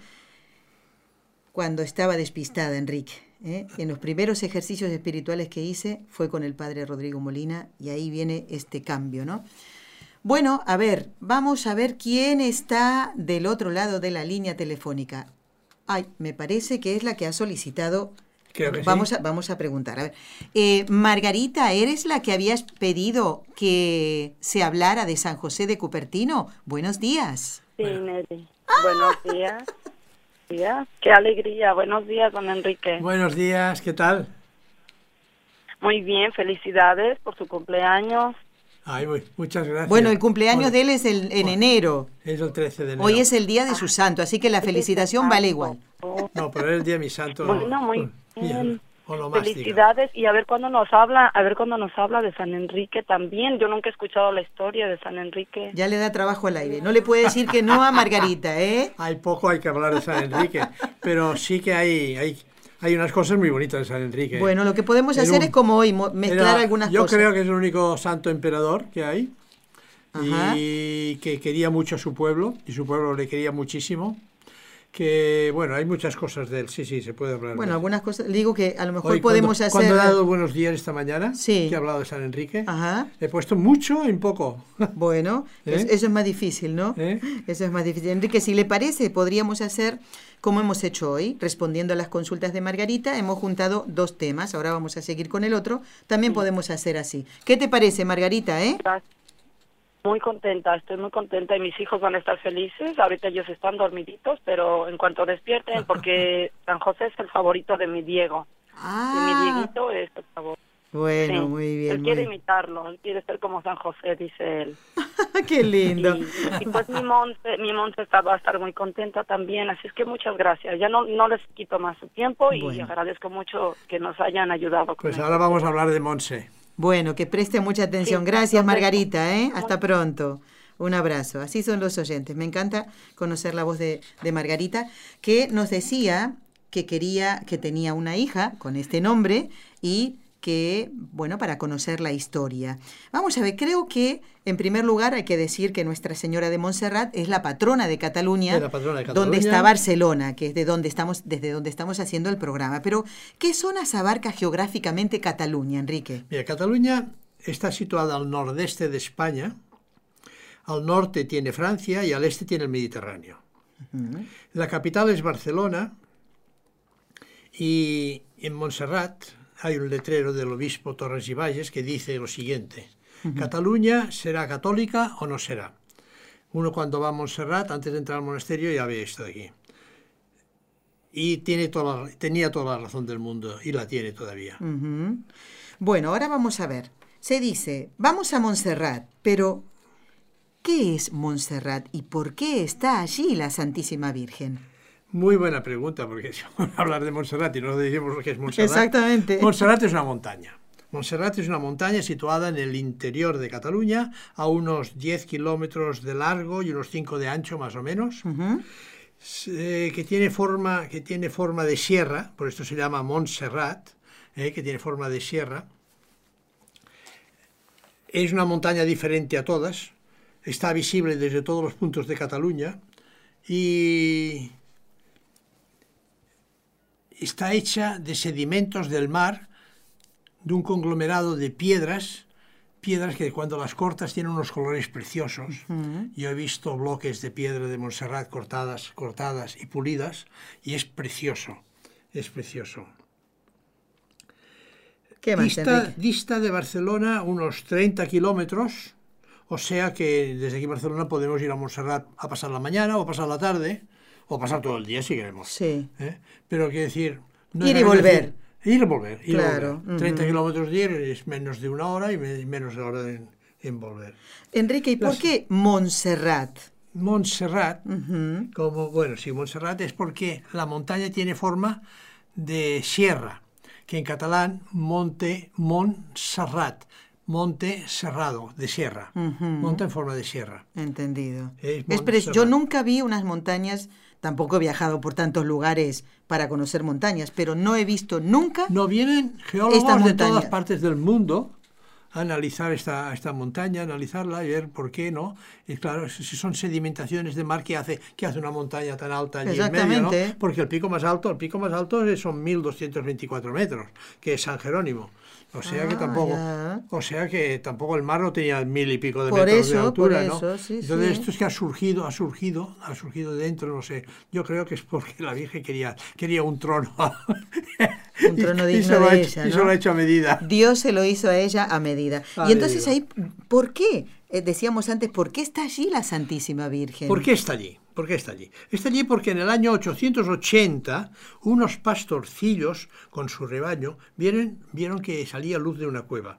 cuando estaba despistada, Enrique. En los primeros ejercicios espirituales que hice fue con el padre Rodrigo Molina y ahí viene este cambio, ¿no? Bueno, a ver, vamos a ver quién está del otro lado de la línea telefónica. Ay, me parece que es la que ha solicitado. Creo que vamos sí. Vamos a preguntar. A ver, Margarita, ¿eres la que habías pedido que se hablara de San José de Cupertino? Buenos días. Sí, Nelly. Buenos días. Qué alegría. Buenos días, don Enrique. Buenos días, ¿qué tal? Muy bien, felicidades por su cumpleaños. Ay, muchas gracias. Bueno, el cumpleaños de él es en enero. Es el 13 de enero. Hoy es el día de su santo, así que la felicitación vale igual. No, pero es el día de mi santo. Bueno, muy bien. Felicidades. Y a ver cuándo nos habla de San Enrique también. Yo nunca he escuchado la historia de San Enrique. Ya le da trabajo al aire. No le puede decir que no a Margarita, ¿eh? Hay que hablar de San Enrique, pero sí que hay unas cosas muy bonitas de San Enrique. Bueno, lo que podemos hacer es como hoy, mezclar algunas cosas. Yo creo que es el único santo emperador que hay. Ajá. Y que quería mucho a su pueblo, y su pueblo le quería muchísimo. Que, bueno, hay muchas cosas de él, sí, se puede hablar. Bueno, algunas cosas, digo que a lo mejor hoy, podemos hacer... Cuando he dado buenos días esta mañana, sí, que he hablado de San Enrique, ajá, he puesto mucho en poco. Bueno, eso es más difícil, ¿no? Eso es más difícil. Enrique, si le parece, podríamos hacer como hemos hecho hoy, respondiendo a las consultas de Margarita, hemos juntado dos temas, ahora vamos a seguir con el otro, también podemos hacer así. ¿Qué te parece, Margarita, Gracias. Muy contenta, estoy muy contenta y mis hijos van a estar felices. Ahorita ellos están dormiditos, pero en cuanto despierten, porque San José es el favorito de mi Diego. De mi Dieguito es el favorito. Bueno, sí. Muy bien. Él quiere imitarlo, él quiere ser como San José, dice él. ¡Qué lindo! Y pues mi Monse va a estar muy contenta también, así es que muchas gracias. Ya no les quito más su tiempo y agradezco mucho que nos hayan ayudado. Pues ahora vamos a hablar de Monse. Bueno, que preste mucha atención. Sí, Gracias, Margarita, ¿eh? Hasta pronto. Un abrazo. Así son los oyentes. Me encanta conocer la voz de Margarita, que nos decía que tenía una hija con este nombre y que, bueno, para conocer la historia. Vamos a ver, creo que en primer lugar hay que decir que Nuestra Señora de Montserrat es la patrona de Cataluña, donde está Barcelona, que es desde donde estamos haciendo el programa. Pero, ¿qué zonas abarca geográficamente Cataluña, Enrique? Mira, Cataluña está situada al nordeste de España, al norte tiene Francia y al este tiene el Mediterráneo. Uh-huh. La capital es Barcelona y en Montserrat hay un letrero del obispo Torres i Bages que dice lo siguiente: Cataluña será católica o no será. Uno cuando va a Montserrat, antes de entrar al monasterio, ya ve esto de aquí. Y tenía toda la razón del mundo, y la tiene todavía. Uh-huh. Bueno, ahora vamos a ver. Se dice, vamos a Montserrat, pero ¿qué es Montserrat y por qué está allí la Santísima Virgen? Muy buena pregunta, porque si vamos a hablar de Montserrat y no decimos lo que es Montserrat. Exactamente. Montserrat es una montaña. Montserrat es una montaña situada en el interior de Cataluña, a unos 10 kilómetros de largo y unos 5 de ancho más o menos, uh-huh. Que tiene forma de sierra, por esto se llama Montserrat, que tiene forma de sierra. Es una montaña diferente a todas, está visible desde todos los puntos de Cataluña y está hecha de sedimentos del mar, de un conglomerado de piedras que cuando las cortas tienen unos colores preciosos. Uh-huh. Yo he visto bloques de piedra de Montserrat cortadas y pulidas, y es precioso, es precioso. ¿Qué más, dista de Barcelona unos 30 kilómetros, o sea que desde aquí a Barcelona podemos ir a Montserrat a pasar la mañana o pasar la tarde, o pasar todo el día si queremos. Sí. Pero quiero decir... No ir y volver. Ir y volver. Claro. Uh-huh. 30 kilómetros de ir es menos de una hora y menos de hora en volver. Enrique, ¿y por qué Montserrat? Montserrat, uh-huh. Montserrat es porque la montaña tiene forma de sierra, que en catalán Montserrat, monte cerrado, de sierra, uh-huh. Monta en forma de sierra. Entendido. Yo nunca vi unas montañas, tampoco he viajado por tantos lugares para conocer montañas, pero no he visto nunca. No vienen geólogos de todas partes del mundo a analizar esta montaña, analizarla y ver por qué no. Y claro, si son sedimentaciones de mar que hace una montaña tan alta allí en medio, ¿no? Porque el pico más alto son 1.224 metros, que es San Jerónimo. O sea que tampoco el mar no tenía 1.000 y pico de metros de altura, ¿no? Sí, entonces sí. Esto es que ha surgido de dentro, no sé. Yo creo que es porque la Virgen quería un trono. Un trono digno de ella, ¿no? Y se lo ha hecho a medida. Dios se lo hizo a ella a medida. Y entonces ahí, ¿por qué? Decíamos antes, ¿por qué está allí la Santísima Virgen? ¿Por qué está allí? Está allí porque en el año 880 unos pastorcillos con su rebaño vieron que salía luz de una cueva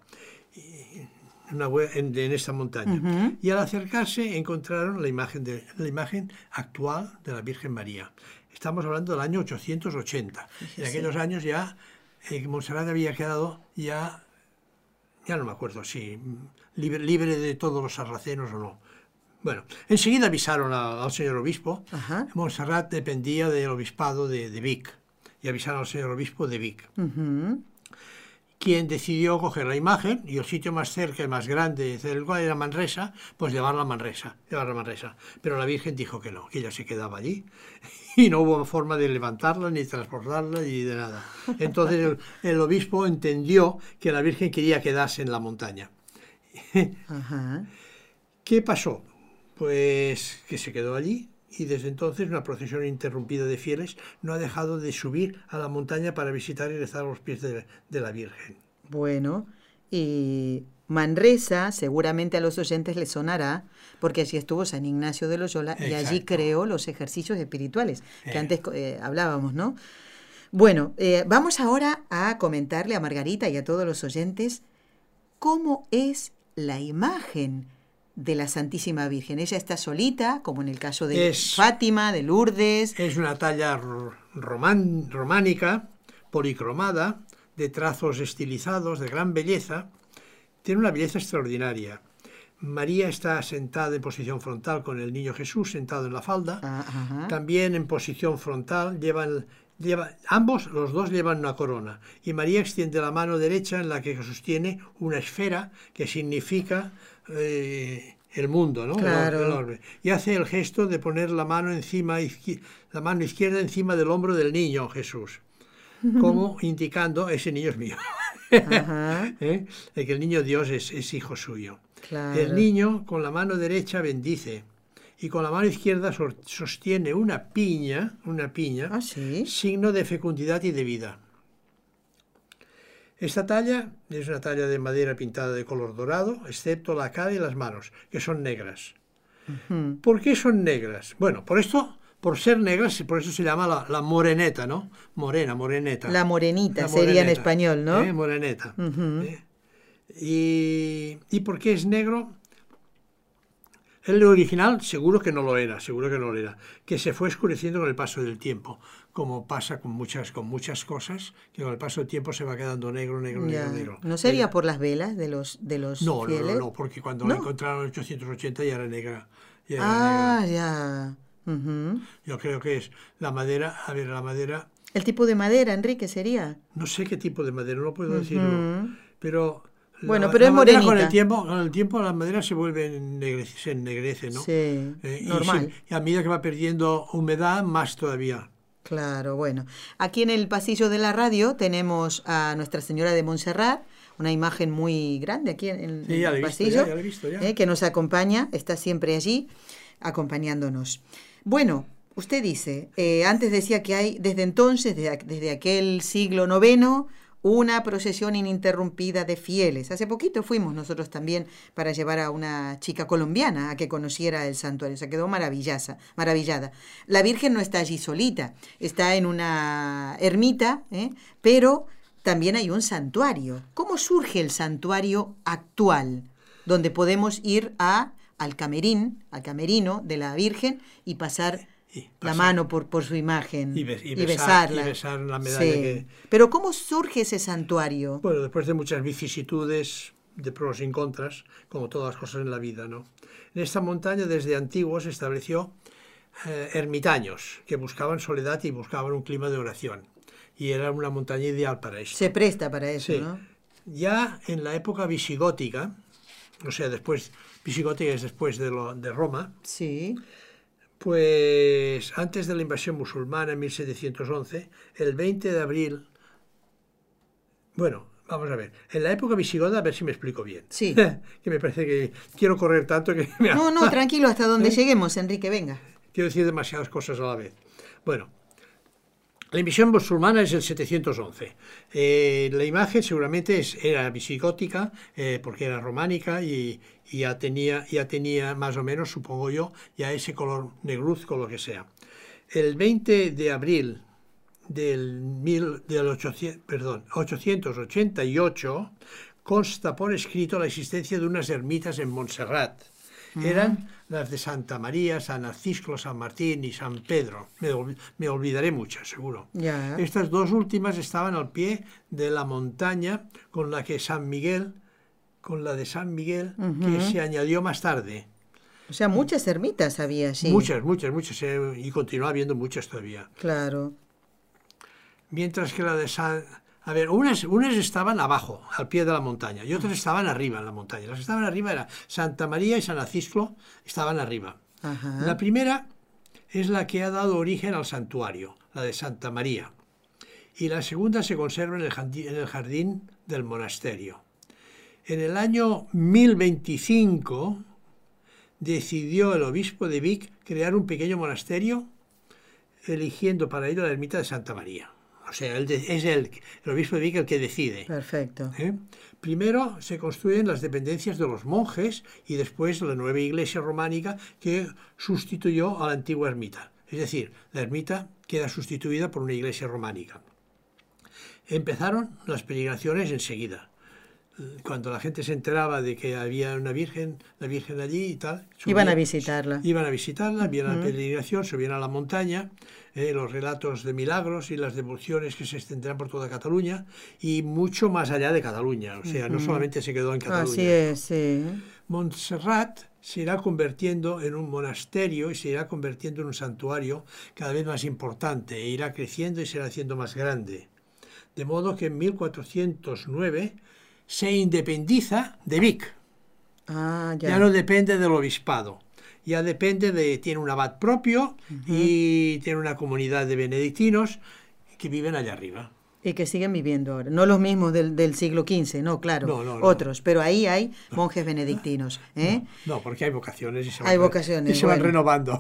en esta montaña. Uh-huh. Y al acercarse encontraron la imagen actual de la Virgen María. Estamos hablando del año 880. Sí. En aquellos años ya Montserrat había quedado ya no me acuerdo si libre de todos los sarracenos o no. Bueno, enseguida avisaron al señor obispo. Uh-huh. Montserrat dependía del obispado de Vic, y avisaron al señor obispo de Vic, uh-huh. Quien decidió coger la imagen y el sitio más cerca y más grande del cual era Manresa, pues llevarla a Manresa. Pero la Virgen dijo que no, que ella se quedaba allí y no hubo forma de levantarla, ni transportarla, ni de nada. Entonces el obispo entendió que la Virgen quería quedarse en la montaña. Uh-huh. ¿Qué pasó? Pues que se quedó allí y desde entonces una procesión interrumpida de fieles no ha dejado de subir a la montaña para visitar y rezar a los pies de la Virgen. Bueno, y Manresa seguramente a los oyentes les sonará porque allí estuvo San Ignacio de Loyola. Exacto. Y allí creó los ejercicios espirituales que antes hablábamos, ¿no? Bueno, vamos ahora a comentarle a Margarita y a todos los oyentes cómo es la imagen de la Santísima Virgen. Ella está solita, como en el caso de Fátima, de Lourdes. Es una talla románica, policromada, de trazos estilizados, de gran belleza, tiene una belleza extraordinaria. María está sentada en posición frontal con el niño Jesús sentado en la falda. También en posición frontal ambos, los dos llevan una corona. Y María extiende la mano derecha en la que sostiene una esfera que significa el mundo, ¿no? Claro. El orbe. Y hace el gesto de poner la mano izquierda encima del hombro del niño Jesús, como indicando, ese niño es mío. De que el niño Dios es hijo suyo. Claro. El niño con la mano derecha bendice y con la mano izquierda sostiene una piña, ¿Sí? signo de fecundidad y de vida. Esta talla es una talla de madera pintada de color dorado, excepto la cara y las manos, que son negras. ¿Por qué son negras? Bueno, por ser negras, por eso se llama la moreneta, ¿no? Moreneta. La morenita sería en español, ¿no? Moreneta. ¿Y por qué es negro? El original seguro que no lo era, que se fue oscureciendo con el paso del tiempo, como pasa con muchas cosas, que con el paso del tiempo se va quedando negro. ¿No sería por las velas de los fieles? No, porque cuando la encontraron en 880 ya era negra. Ya. Yo creo que es la madera. ¿El tipo de madera, Enrique, sería? No sé qué tipo de madera, no puedo decirlo, pero... Bueno, pero es morenita. Con el tiempo la madera se ennegrece, ¿no? Sí, normal. Y a medida que va perdiendo humedad, más todavía. Claro, bueno. Aquí en el pasillo de la radio tenemos a Nuestra Señora de Montserrat, una imagen muy grande aquí en el pasillo, ya la he visto, que nos acompaña, está siempre allí acompañándonos. Bueno, usted dice, antes decía que hay desde entonces, desde aquel siglo IX, una procesión ininterrumpida de fieles. Hace poquito fuimos nosotros también para llevar a una chica colombiana a que conociera el santuario. Se quedó maravillada. La Virgen no está allí solita, está en una ermita, pero también hay un santuario. ¿Cómo surge el santuario actual, donde podemos ir al camerino de la Virgen y pasar la mano por su imagen y besarla. Y besar la medalla. Sí. Pero ¿cómo surge ese santuario? Bueno, después de muchas vicisitudes, de pros y contras, como todas las cosas en la vida, ¿no? En esta montaña desde antiguo se estableció ermitaños que buscaban soledad y buscaban un clima de oración. Y era una montaña ideal para eso. Se presta para eso, sí. ¿no? Ya en la época visigótica, o sea, visigótica es después de Roma. Sí. Pues antes de la invasión musulmana en 1711, el 20 de abril... Bueno, vamos a ver. En la época visigota, a ver si me explico bien. Sí. Que me parece que quiero correr tanto que... No, tranquilo, hasta donde lleguemos, Enrique, venga. Quiero decir demasiadas cosas a la vez. Bueno, la invasión musulmana es el 711. La imagen seguramente era visigótica, porque era románica y ya tenía más o menos, supongo yo, ya ese color negruzco, lo que sea. El 20 de abril del 888 consta por escrito la existencia de unas ermitas en Montserrat. Eran las de Santa María, San Narcisclo, San Martín y San Pedro. Me olvidaré muchas, seguro. Ya. Estas dos últimas estaban al pie de la montaña con la de San Miguel, que se añadió más tarde. O sea, muchas ermitas había allí. Muchas, y continúa habiendo muchas todavía. Claro. Mientras que la de San... A ver, unas estaban abajo, al pie de la montaña, y otras estaban arriba en la montaña. Las que estaban arriba eran Santa María y San Narcisclo, estaban arriba. Ajá. La primera es la que ha dado origen al santuario, la de Santa María. Y la segunda se conserva en el jardín del monasterio. En el año 1025 decidió el obispo de Vic crear un pequeño monasterio, eligiendo para ello la ermita de Santa María. O sea, es el obispo de Vic el que decide. Perfecto. Primero se construyen las dependencias de los monjes y después la nueva iglesia románica que sustituyó a la antigua ermita. Es decir, la ermita queda sustituida por una iglesia románica. Empezaron las peregrinaciones enseguida. cuando la gente se enteraba de que había una virgen, la virgen allí y tal... Iban a visitarla. Iban a visitarla, vienen a la peregrinación, subían a la montaña, los relatos de milagros y las devociones que se extenderán por toda Cataluña y mucho más allá de Cataluña. O sea, no solamente se quedó en Cataluña. Así es, sí. Montserrat se irá convirtiendo en un monasterio y se irá convirtiendo en un santuario cada vez más importante e irá creciendo y se irá haciendo más grande. De modo que en 1409 se independiza de Vic. Ya no depende del obispado. Ya tiene un abad propio y tiene una comunidad de benedictinos que viven allá arriba. Y que siguen viviendo ahora. No los mismos del siglo XV, no, claro. No. Otros, pero ahí hay monjes benedictinos. No, porque hay vocaciones y se van renovando.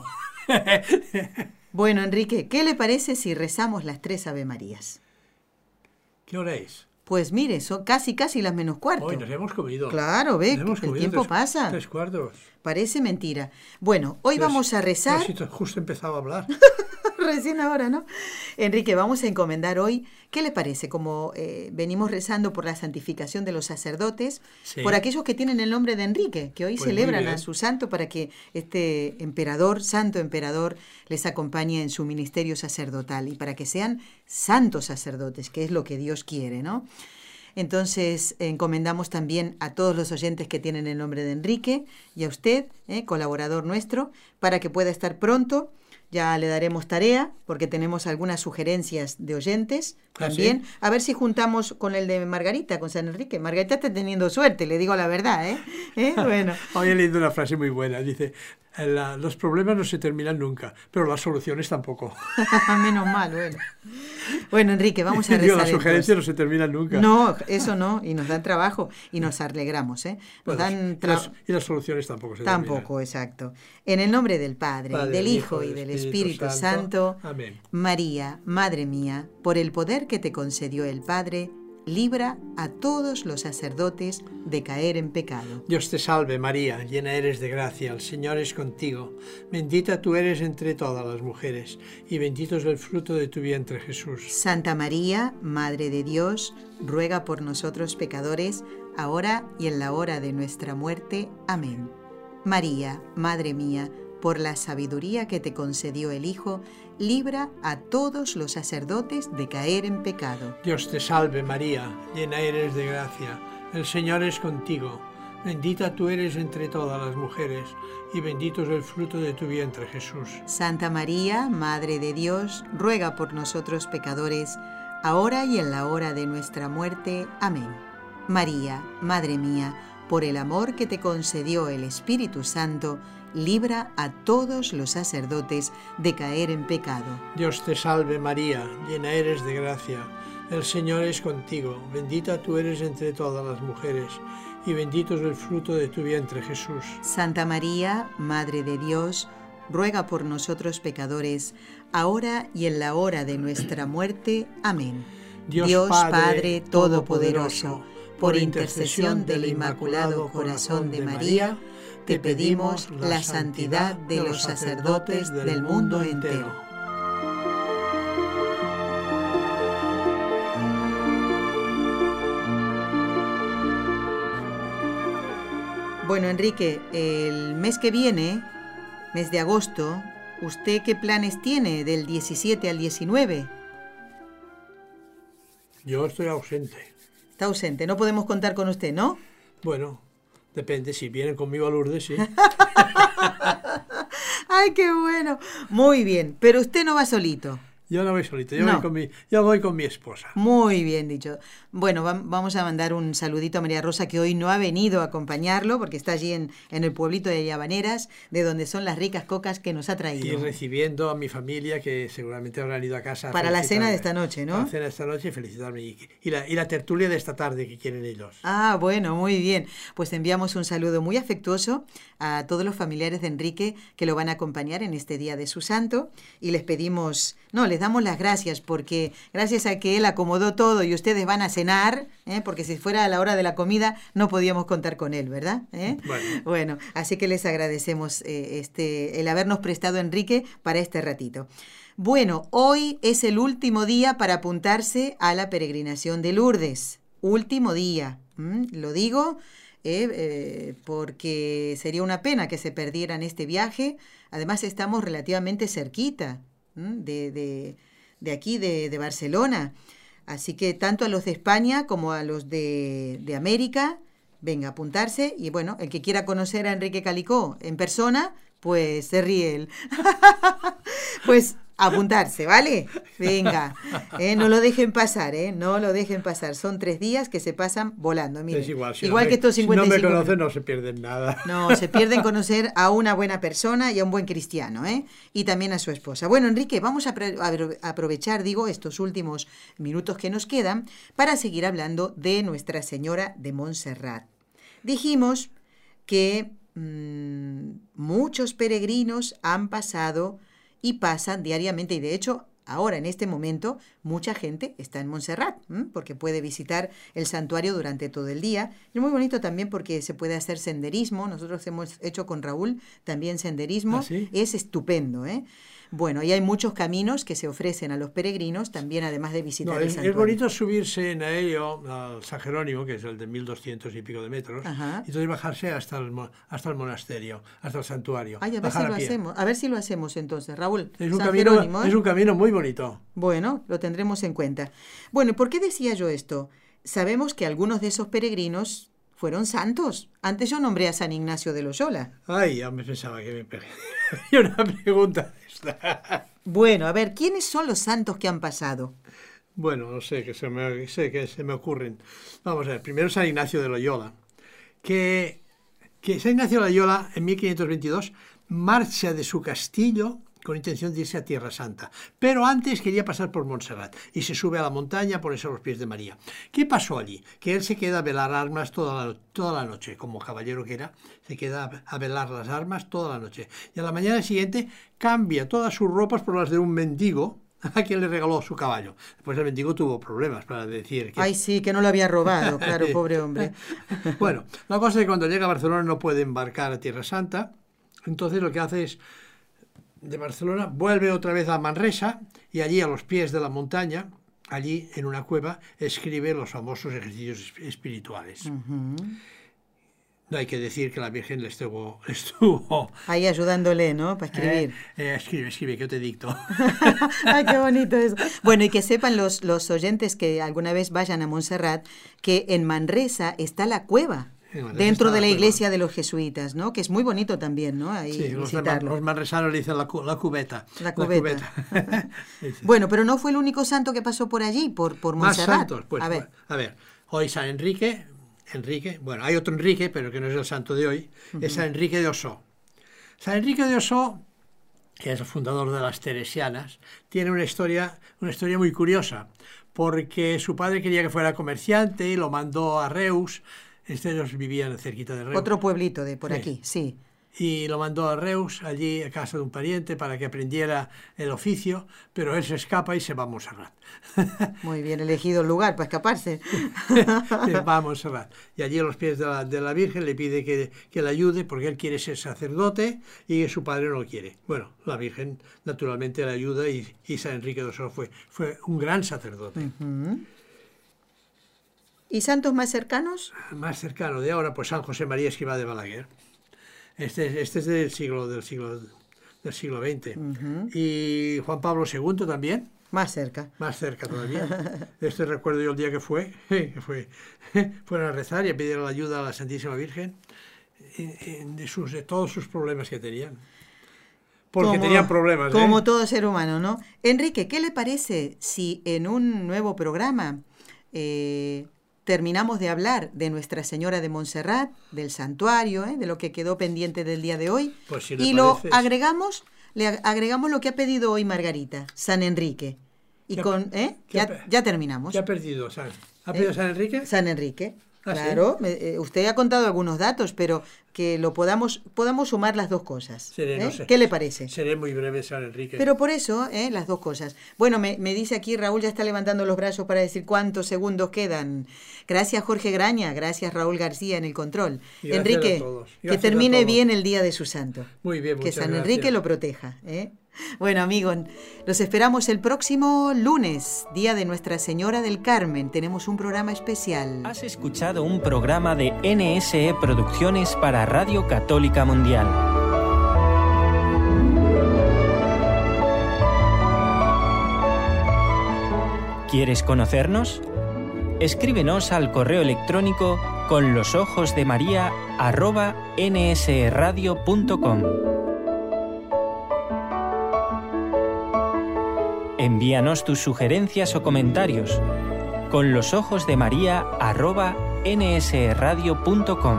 Bueno, Enrique, ¿qué le parece si rezamos las 3 Ave Marías? ¿Qué hora es? Pues mire, son casi las menos cuarto. Hoy nos hemos comido. Claro, ve, el tiempo pasa. 3:15. Parece mentira. Bueno, hoy vamos a rezar... Justo empezaba a hablar. Recién ahora, ¿no? Enrique, vamos a encomendar hoy, ¿qué le parece? Como venimos rezando por la santificación de los sacerdotes, por aquellos que tienen el nombre de Enrique, que hoy celebran a su santo para que este santo emperador, les acompañe en su ministerio sacerdotal y para que sean santos sacerdotes, que es lo que Dios quiere, ¿no? Entonces, encomendamos también a todos los oyentes que tienen el nombre de Enrique y a usted, colaborador nuestro, para que pueda estar pronto. Ya le daremos tarea, porque tenemos algunas sugerencias de oyentes también. ¿Sí? A ver si juntamos con el de Margarita, con San Enrique. Margarita está teniendo suerte, le digo la verdad, Bueno. Hoy he leído una frase muy buena, dice... los problemas no se terminan nunca, pero las soluciones tampoco. Menos mal, bueno. Bueno, Enrique, vamos a rezar. Las sugerencias no se terminan nunca. No, eso no, y nos dan trabajo y nos alegramos, y las soluciones tampoco se terminan. Tampoco, exacto. En el nombre del Padre, del Hijo y del Espíritu Santo. Amén. María, Madre mía, por el poder que te concedió el Padre, libra a todos los sacerdotes de caer en pecado. Dios te salve María, llena eres de gracia, el Señor es contigo. Bendita tú eres entre todas las mujeres, y bendito es el fruto de tu vientre Jesús. Santa María, Madre de Dios, ruega por nosotros pecadores, ahora y en la hora de nuestra muerte. Amén. María, Madre mía, por la sabiduría que te concedió el Hijo, libra a todos los sacerdotes de caer en pecado. Dios te salve María, llena eres de gracia, el Señor es contigo. Bendita tú eres entre todas las mujeres, y bendito es el fruto de tu vientre Jesús. Santa María, Madre de Dios, ruega por nosotros pecadores, ahora y en la hora de nuestra muerte. Amén. María, Madre mía, por el amor que te concedió el Espíritu Santo, libra a todos los sacerdotes de caer en pecado. Dios te salve María, llena eres de gracia, el Señor es contigo, bendita tú eres entre todas las mujeres, y bendito es el fruto de tu vientre Jesús. Santa María, Madre de Dios, ruega por nosotros pecadores, ahora y en la hora de nuestra muerte. Amén. Dios Padre Todopoderoso, por intercesión del Inmaculado Corazón de María, te pedimos la santidad de los sacerdotes del mundo entero. Bueno, Enrique, el mes que viene, mes de agosto, ¿usted qué planes tiene del 17 al 19? Yo estoy ausente. Está ausente, no podemos contar con usted, ¿no? Bueno, depende, si vienen conmigo a Lourdes, sí. ¡Ay, qué bueno! Muy bien, pero usted no va solito. Yo no voy solito, yo voy con mi esposa. Muy bien dicho. Bueno, vamos a mandar un saludito a María Rosa, que hoy no ha venido a acompañarlo, porque está allí en el pueblito de Llavaneras, de donde son las ricas cocas que nos ha traído. Y recibiendo a mi familia, que seguramente habrán ido a casa. Para la cena de esta noche, ¿no? Para la cena de esta noche, felicitarme. Y la tertulia de esta tarde que quieren ellos. Ah, bueno, muy bien. Pues enviamos un saludo muy afectuoso a todos los familiares de Enrique que lo van a acompañar en este día de su santo, y les damos las gracias, porque gracias a que él acomodó todo y ustedes van a cenar, porque si fuera a la hora de la comida no podíamos contar con él, ¿verdad? Bueno, así que les agradecemos el habernos prestado, Enrique, para este ratito. Bueno, hoy es el último día para apuntarse a la peregrinación de Lourdes. Último día. Lo digo porque sería una pena que se perdieran este viaje. Además estamos relativamente cerquita de aquí, de Barcelona. Así que tanto a los de España como a los de América, venga, apuntarse. Y bueno, el que quiera conocer a Enrique Calicó en persona, pues se ríe él. Pues apuntarse, ¿vale? Venga, no lo dejen pasar, no lo dejen pasar. Son 3 días que se pasan volando. Miren, es igual, igual que estos 55. Si no me conocen, no se pierden nada. No, se pierden conocer a una buena persona y a un buen cristiano, y también a su esposa. Bueno, Enrique, vamos a aprovechar, estos últimos minutos que nos quedan para seguir hablando de Nuestra Señora de Montserrat. Dijimos que muchos peregrinos han pasado y pasan diariamente, y de hecho ahora en este momento mucha gente está en Montserrat, porque puede visitar el santuario durante todo el día. Es muy bonito también porque se puede hacer senderismo. Nosotros hemos hecho con Raúl también senderismo. ¿Ah, sí? Es estupendo, Bueno, y hay muchos caminos que se ofrecen a los peregrinos también, además de visitar el santuario. Es bonito subirse en aéreo al San Jerónimo, que es el de 1200 y pico de metros, y entonces bajarse hasta el monasterio, hasta el santuario. Ay, a ver si lo hacemos entonces, Raúl. Es un camino muy bonito. Bueno, lo tendremos en cuenta. Bueno, ¿por qué decía yo esto? Sabemos que algunos de esos peregrinos fueron santos. Antes yo nombré a San Ignacio de Loyola. Ay, ya me pensaba que me pegué una pregunta de esta. Bueno, a ver, ¿quiénes son los santos que han pasado? Bueno, no sé, que se me ocurren. Vamos a ver, primero San Ignacio de Loyola. Que San Ignacio de Loyola, en 1522, marcha de su castillo con intención de irse a Tierra Santa. Pero antes quería pasar por Montserrat y se sube a la montaña a ponerse a los pies de María. ¿Qué pasó allí? Que él se queda a velar armas toda la noche, como caballero que era, se queda a velar las armas toda la noche. Y a la mañana siguiente cambia todas sus ropas por las de un mendigo a quien le regaló su caballo. Después el mendigo tuvo problemas para decir que... Ay, sí, que no lo había robado, claro, pobre hombre. Bueno, la cosa es que cuando llega a Barcelona no puede embarcar a Tierra Santa, entonces lo que hace es, de Barcelona, vuelve otra vez a Manresa y allí a los pies de la montaña, allí en una cueva, escribe los famosos ejercicios espirituales. Uh-huh. No hay que decir que la Virgen le estuvo ahí ayudándole, ¿no? Para escribir. Escribe, que yo te dicto. Ay, qué bonito eso. Bueno, y que sepan los oyentes que alguna vez vayan a Montserrat, que en Manresa está la cueva. Dentro de la iglesia de los jesuitas, ¿no? Que es muy bonito también, ¿no? Ahí sí, los manresanos le dicen la cubeta. La cubeta. Bueno, pero no fue el único santo que pasó por allí, por Montserrat. Más santos, pues. A ver, hoy San Enrique, bueno, hay otro Enrique, pero que no es el santo de hoy, es San Enrique de Ossó. San Enrique de Ossó, que es el fundador de las Teresianas, tiene una historia muy curiosa, porque su padre quería que fuera comerciante y lo mandó a Reus. Ellos vivían cerquita de Reus. Otro pueblito de por aquí, sí. Y lo mandó a Reus, allí a casa de un pariente, para que aprendiera el oficio, pero él se escapa y se va a Montserrat. Muy bien elegido el lugar para escaparse. Se va a Montserrat. Y allí a los pies de la Virgen le pide que le ayude, porque él quiere ser sacerdote y su padre no lo quiere. Bueno, la Virgen naturalmente le ayuda y San Enrique de Ossó fue un gran sacerdote. Uh-huh. ¿Y santos más cercanos? Más cercano de ahora, pues San José María Escrivá de Balaguer. Este es del siglo XX. Uh-huh. Y Juan Pablo II también. Más cerca. Más cerca todavía. Recuerdo yo el día que fueron a rezar y a pedir la ayuda a la Santísima Virgen de todos sus problemas que tenían. Porque tenían problemas. Como todo ser humano, ¿no? Enrique, ¿qué le parece si en un nuevo programa terminamos de hablar de Nuestra Señora de Montserrat, del santuario, de lo que quedó pendiente del día de hoy? Pues si y lo agregamos, le agregamos lo que ha pedido hoy Margarita, San Enrique. Y ya terminamos. ¿Qué ha perdido? ¿Ha pedido San Enrique? San Enrique. ¿Ah, claro, sí? Usted ha contado algunos datos, pero que lo podamos sumar las dos cosas. No sé. ¿Qué le parece? Seré muy breve, San Enrique. Pero por eso, las dos cosas. Bueno, me dice aquí, Raúl ya está levantando los brazos para decir cuántos segundos quedan. Gracias, Jorge Graña. Gracias, Raúl García en el control. Enrique, que termine bien el día de su santo. Muy bien, que San Enrique lo proteja. Bueno, amigos, los esperamos el próximo lunes, día de Nuestra Señora del Carmen. Tenemos un programa especial. Has escuchado un programa de NSE Producciones para Radio Católica Mundial. ¿Quieres conocernos? Escríbenos al correo electrónico conlosojosdemaria@nsradio.com. Envíanos tus sugerencias o comentarios conlosojosdemaria@nsradio.com.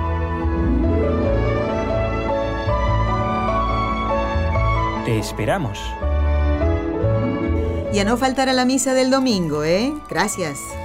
Te esperamos. Y a no faltar a la misa del domingo, ¿eh? Gracias.